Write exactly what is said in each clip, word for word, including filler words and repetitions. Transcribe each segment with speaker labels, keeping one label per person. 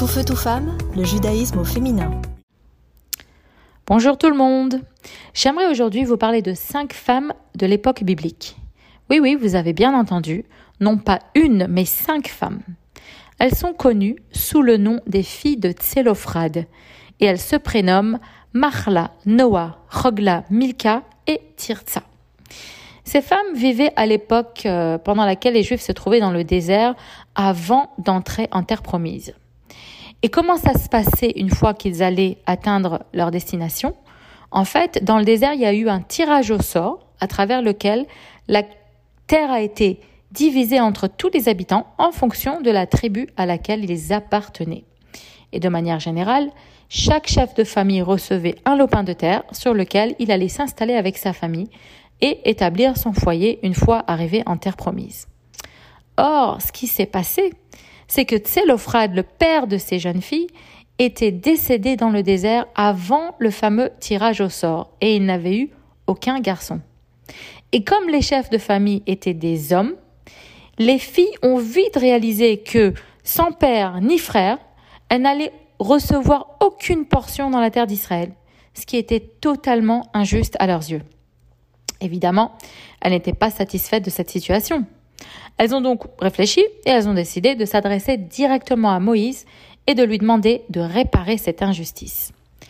Speaker 1: Tout feu, tout femme, le judaïsme au féminin.
Speaker 2: Bonjour tout le monde. J'aimerais aujourd'hui vous parler de cinq femmes de l'époque biblique. Oui, oui, vous avez bien entendu, non pas une, mais cinq femmes. Elles sont connues sous le nom des filles de Tsélophrade et elles se prénomment Mahla, Noah, Hogla, Milka et Tirtsa. Ces femmes vivaient à l'époque euh, pendant laquelle les Juifs se trouvaient dans le désert avant d'entrer en terre promise. Et comment ça se passait une fois qu'ils allaient atteindre leur destination ? En fait, dans le désert, il y a eu un tirage au sort à travers lequel la terre a été divisée entre tous les habitants en fonction de la tribu à laquelle ils appartenaient. Et de manière générale, chaque chef de famille recevait un lopin de terre sur lequel il allait s'installer avec sa famille et établir son foyer une fois arrivé en terre promise. Or, ce qui s'est passé, c'est que Tsélophrade, le père de ces jeunes filles, était décédé dans le désert avant le fameux tirage au sort et il n'avait eu aucun garçon. Et comme les chefs de famille étaient des hommes, les filles ont vite réalisé que, sans père ni frère, elles n'allaient recevoir aucune portion dans la terre d'Israël, ce qui était totalement injuste à leurs yeux. Évidemment, elles n'étaient pas satisfaites de cette situation. Elles ont donc réfléchi et elles ont décidé de s'adresser directement à Moïse et de lui demander de réparer cette injustice.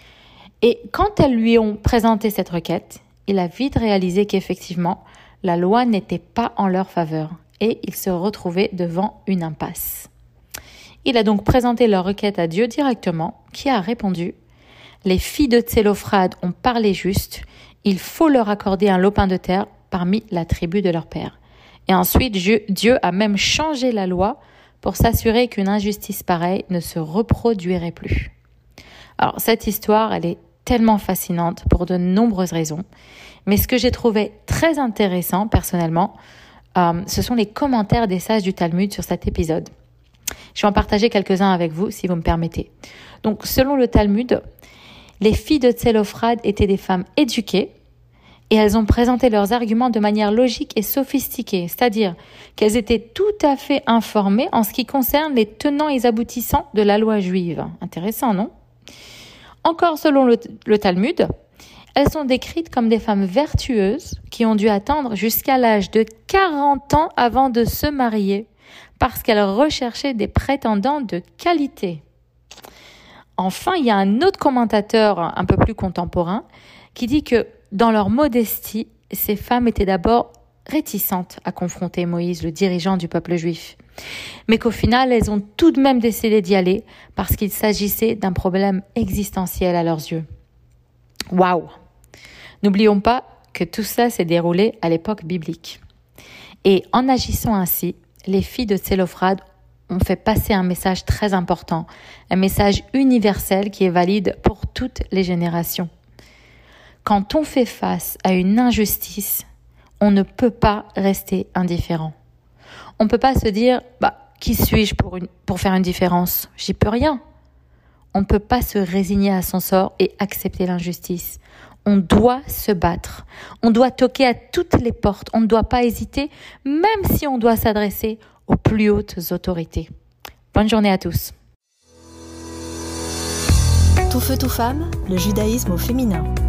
Speaker 2: Et quand elles lui ont présenté cette requête, il a vite réalisé qu'effectivement, la loi n'était pas en leur faveur et ils se retrouvaient devant une impasse. Il a donc présenté leur requête à Dieu directement, qui a répondu « Les filles de Tsélophrade ont parlé juste, il faut leur accorder un lopin de terre parmi la tribu de leur père. » Et ensuite, Dieu a même changé la loi pour s'assurer qu'une injustice pareille ne se reproduirait plus. Alors, cette histoire, elle est tellement fascinante pour de nombreuses raisons. Mais ce que j'ai trouvé très intéressant, personnellement, euh, ce sont les commentaires des sages du Talmud sur cet épisode. Je vais en partager quelques-uns avec vous, si vous me permettez. Donc, selon le Talmud, les filles de Tsélophrade étaient des femmes éduquées, et elles ont présenté leurs arguments de manière logique et sophistiquée, c'est-à-dire qu'elles étaient tout à fait informées en ce qui concerne les tenants et aboutissants de la loi juive. Intéressant, non ? Encore selon le, le Talmud, elles sont décrites comme des femmes vertueuses qui ont dû attendre jusqu'à l'âge de quarante ans avant de se marier parce qu'elles recherchaient des prétendants de qualité. Enfin, il y a un autre commentateur un peu plus contemporain qui dit que dans leur modestie, ces femmes étaient d'abord réticentes à confronter Moïse, le dirigeant du peuple juif. Mais qu'au final, elles ont tout de même décidé d'y aller parce qu'il s'agissait d'un problème existentiel à leurs yeux. Waouh! N'oublions pas que tout ça s'est déroulé à l'époque biblique. Et en agissant ainsi, les filles de Tsélophrade ont fait passer un message très important, un message universel qui est valide pour toutes les générations. Quand on fait face à une injustice, on ne peut pas rester indifférent. On ne peut pas se dire bah, « qui suis-je pour, une, pour faire une différence ? J'y peux rien ». On ne peut pas se résigner à son sort et accepter l'injustice. On doit se battre. On doit toquer à toutes les portes. On ne doit pas hésiter, même si on doit s'adresser aux plus hautes autorités. Bonne journée à tous.
Speaker 1: Tout feu, tout femme, le judaïsme au féminin.